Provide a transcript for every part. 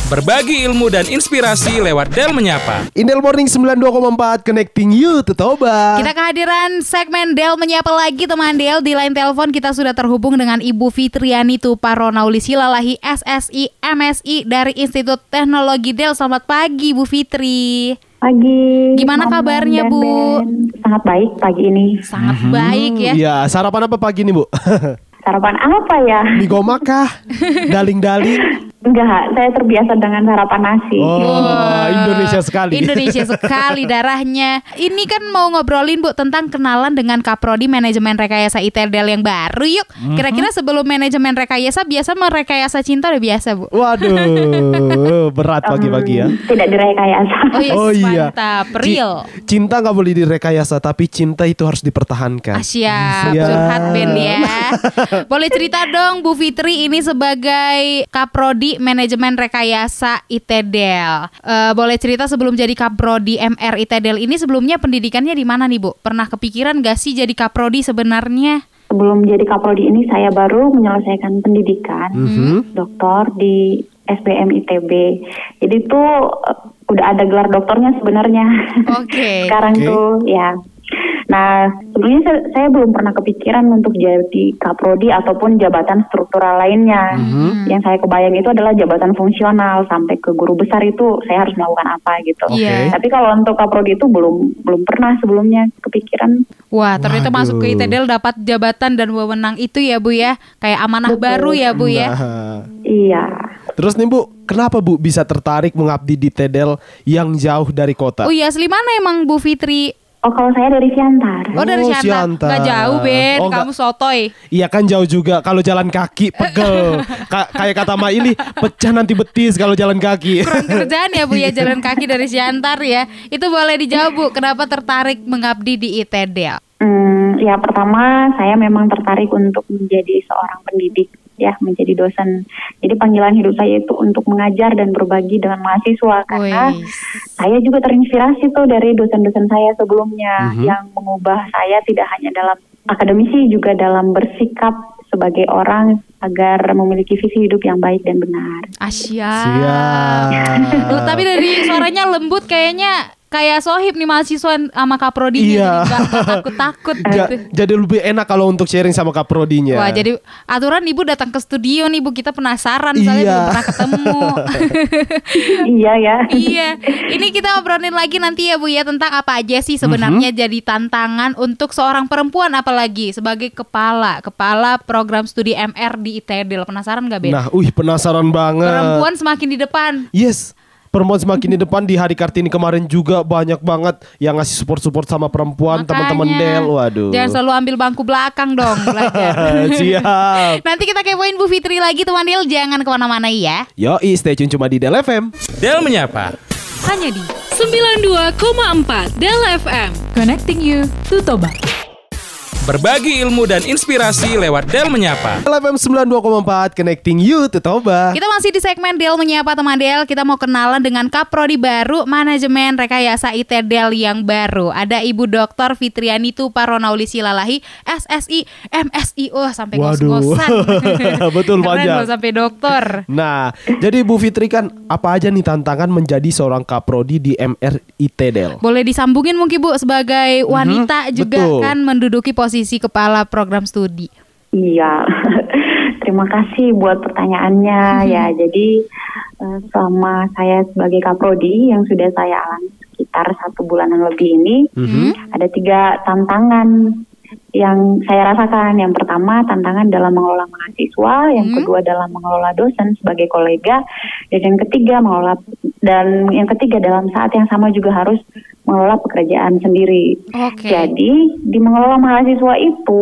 Berbagi ilmu dan inspirasi lewat Del Menyapa. Indel Morning 92,4 Connecting You to Toba. Kita kehadiran segmen Del Menyapa lagi teman Del. Di line telepon kita sudah terhubung dengan Ibu Fitriani Tuparonauli Silalahi SSI MSI dari Institut Teknologi Del. Selamat pagi Bu Fitri. Pagi. Gimana kabarnya Bu? Sangat baik pagi ini. Sangat baik ya. Ya, sarapan apa pagi nih Bu? Sarapan apa ya? Mie gomak kah? Daling-daling? Enggak, saya terbiasa dengan sarapan nasi. Oh, Indonesia sekali. Indonesia sekali darahnya. Ini kan mau ngobrolin Bu tentang kenalan dengan Kaprodi Manajemen Rekayasa ITDL yang baru yuk. Kira-kira sebelum manajemen rekayasa biasa merekayasa cinta udah biasa Bu? Waduh, berat pagi-pagi ya. Tidak direkayasa. Oh iya. Mantap, real. Cinta gak boleh direkayasa, tapi cinta itu harus dipertahankan. Siap, Ya. curhat Ben ya. Boleh cerita dong Bu Fitri ini sebagai Kaprodi Manajemen Rekayasa ITDL. Boleh cerita sebelum jadi Kaprodi MR ITDL ini sebelumnya pendidikannya di mana nih Bu? Pernah kepikiran gak sih jadi Kaprodi sebenarnya? Sebelum jadi Kaprodi ini saya baru menyelesaikan pendidikan doktor di SBM ITB. Jadi itu udah ada gelar doktornya sebenarnya. Oke. Sekarang tuh ya. Nah, sebelumnya saya belum pernah kepikiran untuk jadi Kaprodi ataupun jabatan struktural lainnya. Yang saya kebayang itu adalah jabatan fungsional sampai ke guru besar itu saya harus melakukan apa gitu. Iya. Tapi kalau untuk Kaprodi itu belum pernah sebelumnya kepikiran. Wah, ternyata Waduh. masuk ke ITDL dapat jabatan dan wewenang itu ya Bu ya. Kayak amanah Betul. baru ya Bu ya. Nah. Iya. Terus nih Bu, kenapa Bu bisa tertarik mengabdi di TEDEL yang jauh dari kota? Oh iya, asli mana emang Bu Fitri? Oh, kalau saya dari Siantar. Oh dari Oh, Siantar. Siantar. Gak jauh Ben, Oh, kamu sotoy. Iya kan jauh juga, kalau jalan kaki pegel. Kayak kata Maili, pecah nanti betis kalau jalan kaki. Kurang kerjaan ya Bu ya jalan kaki dari Siantar ya. Itu boleh dijawab Bu, kenapa tertarik mengabdi di ITDL? Ya pertama saya memang tertarik untuk menjadi seorang pendidik ya, menjadi dosen. Jadi panggilan hidup saya itu untuk mengajar dan berbagi dengan mahasiswa karena saya juga terinspirasi tuh dari dosen-dosen saya sebelumnya yang mengubah saya tidak hanya dalam akademisi juga dalam bersikap sebagai orang agar memiliki visi hidup yang baik dan benar. Siap. Tapi dari suaranya lembut kayaknya kayak sohib nih mahasiswa sama Kaprodinya. Iya. Jadi gak takut-takut gitu. Jadi lebih enak kalau untuk sharing sama Kaprodinya. Wah, jadi aturan Ibu datang ke studio nih Bu, kita penasaran soalnya Iya. belum pernah ketemu. Iya ya. Iya, ini kita ngobrolin lagi nanti ya Bu ya tentang apa aja sih sebenarnya jadi tantangan untuk seorang perempuan apalagi sebagai kepala program studi MR di ITDL. Penasaran gak Ben? Nah, penasaran banget. Perempuan semakin di depan. Yes. Perempuan semakin di depan. Di hari Kartini kemarin juga banyak banget yang ngasih support sama perempuan. Makanya, Teman-teman Del. Waduh. jangan selalu ambil bangku belakang dong belajar. Siap. Nanti kita kepoin Bu Fitri lagi teman Del. Jangan kemana-mana ya. Yoi, stay tune cuma di Del FM. Del Menyapa. Hanya di 92,4 Del FM. Connecting you to Toba. Berbagi ilmu dan inspirasi lewat Del Menyapa. Del FM 92,4 Connecting You to Toba. Kita masih di segmen Del Menyapa teman Del. Kita mau kenalan dengan Kaprodi baru Manajemen Rekayasa ITDL yang baru. Ada Ibu Dr. Fitriani Tuparonauli Silalahi SSI MSI. Sampai ngos-ngosan. Betul, Keren panjang. loh, sampai dokter. Nah, jadi Bu Fitri kan apa aja nih tantangan menjadi seorang Kaprodi di MR ITDL? Boleh disambungin mungkin Bu sebagai wanita juga betul. kan menduduki posisi kepala program studi. Iya, terima kasih buat pertanyaannya ya. Jadi selama saya sebagai Kaprodi yang sudah saya alami sekitar 1 bulanan lebih ini, ada 3 tantangan yang saya rasakan. Yang pertama tantangan dalam mengelola mahasiswa, yang kedua dalam mengelola dosen sebagai kolega, dan yang ketiga dalam saat yang sama juga harus mengelola pekerjaan sendiri. Oke. Jadi di mengelola mahasiswa itu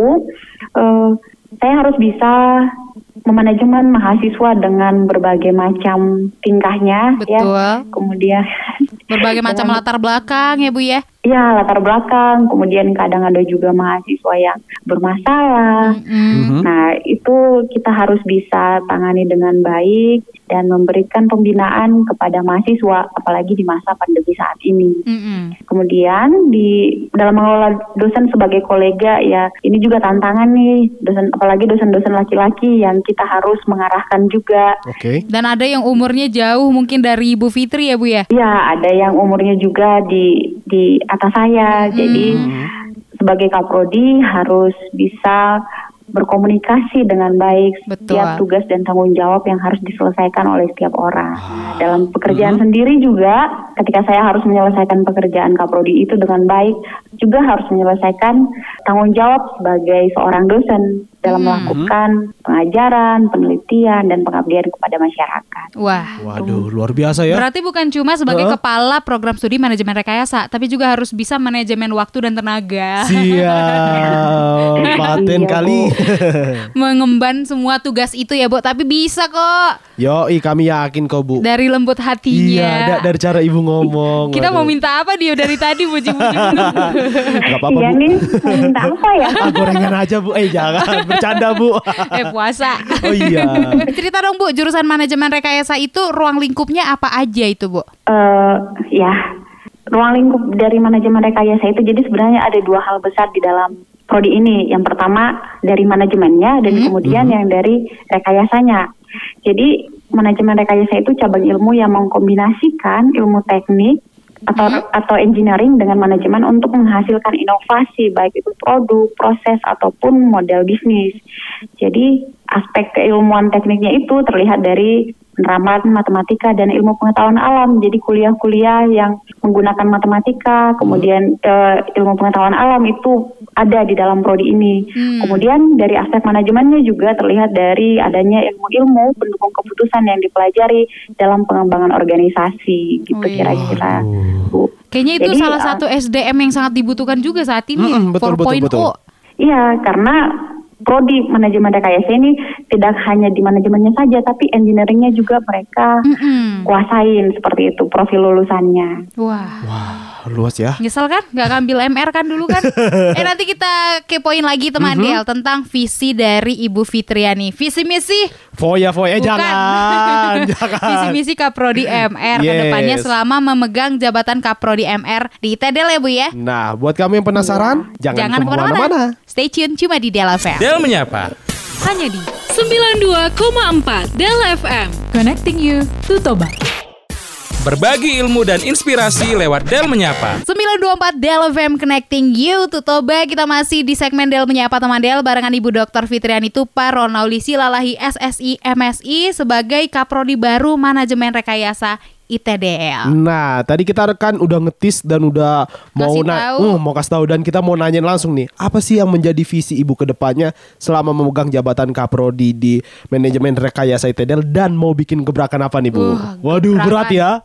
saya harus bisa memanajemen mahasiswa dengan berbagai macam tingkahnya. Betul. Ya. Kemudian Berbagai macam latar belakang ya Bu ya. ya latar belakang, kemudian kadang ada juga mahasiswa yang bermasalah. Nah itu kita harus bisa tangani dengan baik dan memberikan pembinaan kepada mahasiswa, apalagi di masa pandemi saat ini. Kemudian dalam mengelola dosen sebagai kolega ya, ini juga tantangan nih, apalagi dosen-dosen laki-laki yang kita harus mengarahkan juga. Dan ada yang umurnya jauh mungkin dari Ibu Fitri ya Bu ya? Ya, ada yang umurnya juga di atas saya. Jadi sebagai Kaprodi harus bisa berkomunikasi dengan baik setiap tugas dan tanggung jawab yang harus diselesaikan oleh setiap orang. Dalam pekerjaan sendiri juga, ketika saya harus menyelesaikan pekerjaan Kaprodi itu dengan baik, juga harus menyelesaikan tanggung jawab sebagai seorang dosen dalam melakukan pengajaran, penelitian, dan pengabdian kepada masyarakat. Waduh, luar biasa ya. Berarti bukan cuma sebagai kepala program studi manajemen rekayasa, tapi juga harus bisa manajemen waktu dan tenaga. Siap, paten kali. Mengemban semua tugas itu ya Bu, tapi bisa kok. Yoi, kami yakin kok Bu. Dari lembut hatinya. Iya, dari cara Ibu ngomong. Kita mau minta apa dia dari tadi puji-puji. Gak apa-apa Iya Bu. nih, mau minta apa ya? Gorengan aja Bu, jangan bercanda Bu. Puasa. Oh iya. Cerita dong Bu, jurusan manajemen rekayasa itu ruang lingkupnya apa aja itu Bu? Ya, ruang lingkup dari manajemen rekayasa itu jadi sebenarnya ada dua hal besar di dalam prodi ini. Yang pertama dari manajemennya dan kemudian yang dari rekayasanya. Jadi manajemen rekayasa itu cabang ilmu yang mengkombinasikan ilmu teknik atau engineering dengan manajemen untuk menghasilkan inovasi, baik itu produk, proses, ataupun model bisnis. Jadi aspek keilmuan tekniknya itu terlihat dari penerapan matematika dan ilmu pengetahuan alam. Jadi kuliah-kuliah yang menggunakan matematika, kemudian ilmu pengetahuan alam itu ada di dalam prodi ini. Kemudian dari aspek manajemennya juga terlihat dari adanya ilmu-ilmu pendukung keputusan yang dipelajari dalam pengembangan organisasi gitu kira-kira. Kayaknya itu jadi, salah satu SDM yang sangat dibutuhkan juga saat ini. Betul. Iya, karena prodi manajemen rekayasa ini tidak hanya di manajemennya saja, tapi engineeringnya juga mereka kuasain seperti itu profil lulusannya. Wah, luas ya. nyesel kan? Gak ngambil MR kan dulu kan? Nanti kita kepoin lagi teman Del tentang visi dari Ibu Fitriani. Visi misi? Foya, jangan. Visi misi Kaprodi MR ke depannya selama memegang jabatan Kaprodi MR di ITDL ya Bu ya. Nah, buat kamu yang penasaran, jangan kemana-mana. Stay tune cuma di Del FM. Del menyapa. Hanya di 92,4 Del FM. Connecting you to Toba. Berbagi ilmu dan inspirasi lewat Del Menyapa. 924 Del FM Connecting You to Toba. Kita masih di segmen Del Menyapa teman Del barengan Ibu Dr. Fitriani Tupa Ronaldisi Lalahi SSI MSI sebagai Kaprodi baru Manajemen Rekayasa ITDL. Nah, tadi kita rekan udah ngetis dan udah mau kasih tahu dan kita mau nanya langsung nih, apa sih yang menjadi visi Ibu ke depannya selama memegang jabatan Kaprodi di Manajemen Rekayasa ITDL dan mau bikin gebrakan apa nih Bu? Waduh, berat ya.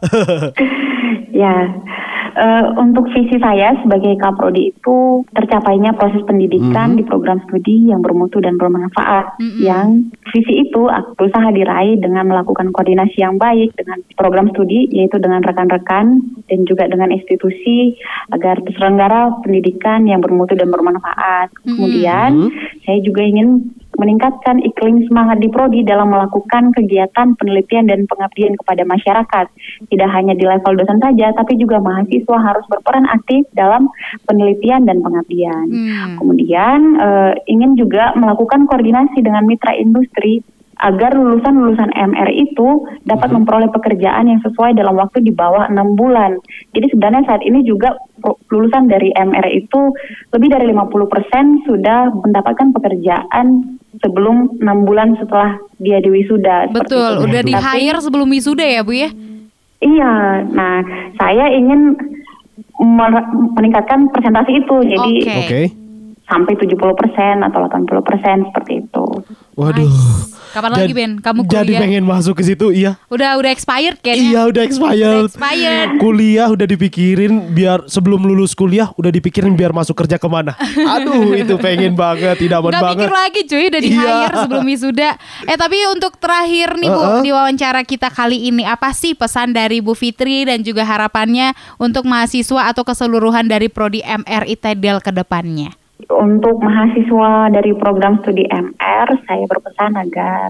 Ya, untuk visi saya sebagai Kaprodi itu tercapainya proses pendidikan di program studi yang bermutu dan bermanfaat. Yang visi itu aku berusaha diraih dengan melakukan koordinasi yang baik dengan program studi, yaitu dengan rekan-rekan dan juga dengan institusi agar terselenggara pendidikan yang bermutu dan bermanfaat. Kemudian saya juga ingin meningkatkan iklim semangat di prodi dalam melakukan kegiatan penelitian dan pengabdian kepada masyarakat. Tidak hanya di level dosen saja, tapi juga mahasiswa harus berperan aktif dalam penelitian dan pengabdian. Kemudian ingin juga melakukan koordinasi dengan mitra industri agar lulusan-lulusan MR itu dapat memperoleh pekerjaan yang sesuai dalam waktu di bawah 6 bulan. Jadi sebenarnya saat ini juga lulusan dari MR itu lebih dari 50% sudah mendapatkan pekerjaan sebelum 6 bulan setelah dia diwisuda. Betul, udah di hire sebelum wisuda ya Bu ya? Iya, nah saya ingin meningkatkan persentase itu, jadi sampai 70% atau 80% seperti itu. Waduh. Kapan lagi Ben? Kamu kuliah? Jadi pengen masuk ke situ, iya. Udah expired kayaknya. Iya, udah expired. Kuliah udah dipikirin biar sebelum lulus kuliah udah dipikirin biar masuk kerja kemana. Aduh, itu pengen banget, idaman banget. Gak pikir lagi cuy, udah di hire sebelum wisuda. Tapi untuk terakhir nih Bu, di wawancara kita kali ini, apa sih pesan dari Bu Fitri dan juga harapannya untuk mahasiswa atau keseluruhan dari Prodi MR ITDL ke depannya? Untuk mahasiswa dari program studi MR, saya berpesan agar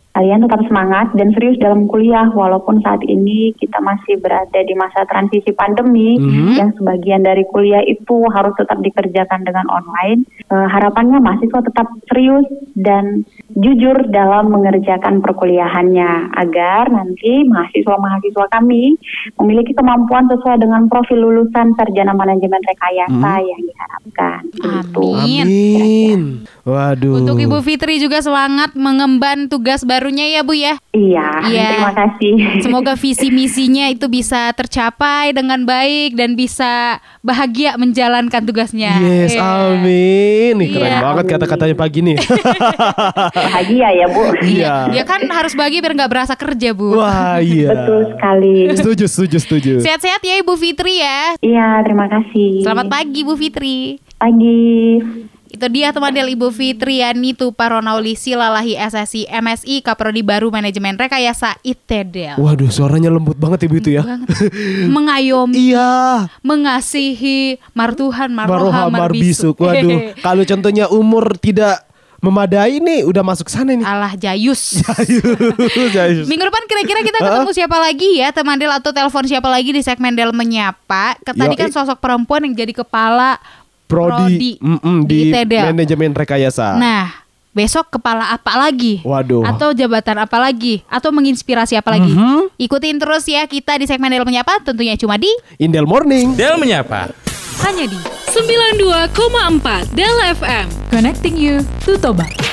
kalian tetap semangat dan serius dalam kuliah walaupun saat ini kita masih berada di masa transisi pandemi yang sebagian dari kuliah itu harus tetap dikerjakan dengan online. Harapannya mahasiswa tetap serius dan jujur dalam mengerjakan perkuliahannya agar nanti mahasiswa-mahasiswa kami memiliki kemampuan sesuai dengan profil lulusan sarjana manajemen rekayasa yang diharapkan. Amin. Waduh. Untuk Ibu Fitri juga semangat mengemban tugas barunya ya Bu ya. Iya. Terima kasih. Semoga visi misinya itu bisa tercapai dengan baik dan bisa bahagia menjalankan tugasnya. Yes, amin. Nih keren banget kata-katanya pagi nih. Bahagia ya Bu. Iya. Ya kan harus bahagia biar nggak berasa kerja Bu. Wah iya. Betul sekali. Setuju. Sehat-sehat ya Ibu Fitri ya. Iya, terima kasih. Selamat pagi Bu Fitri. Pagi. Itu dia teman Del Ibu Fitriani Tuparonaulisi Lalahi SSI MSI Kaprodi Baru Manajemen Rekayasa ITEDEL. Waduh, suaranya lembut banget Ibu itu ya. Mengayomi, iya, mengasihi, martuhan, maroha, marbisuk. Waduh, kalau contohnya umur tidak memadai nih, udah masuk sana nih. Alah jayus. Jayus. Minggu depan kira-kira kita ketemu siapa lagi ya teman Del atau telepon siapa lagi di segmen Del Menyapa. Tadi kan sosok perempuan yang jadi kepala Prodi di ITEDEL. Manajemen Rekayasa. Nah, besok kepala apa lagi? Waduh. Atau jabatan apa lagi? Atau menginspirasi apa lagi? Ikutin terus ya kita di segmen Del Menyapa, tentunya cuma di Indel Morning. Del Menyapa. Hanya di 92,4 Del FM. Connecting you to Toba.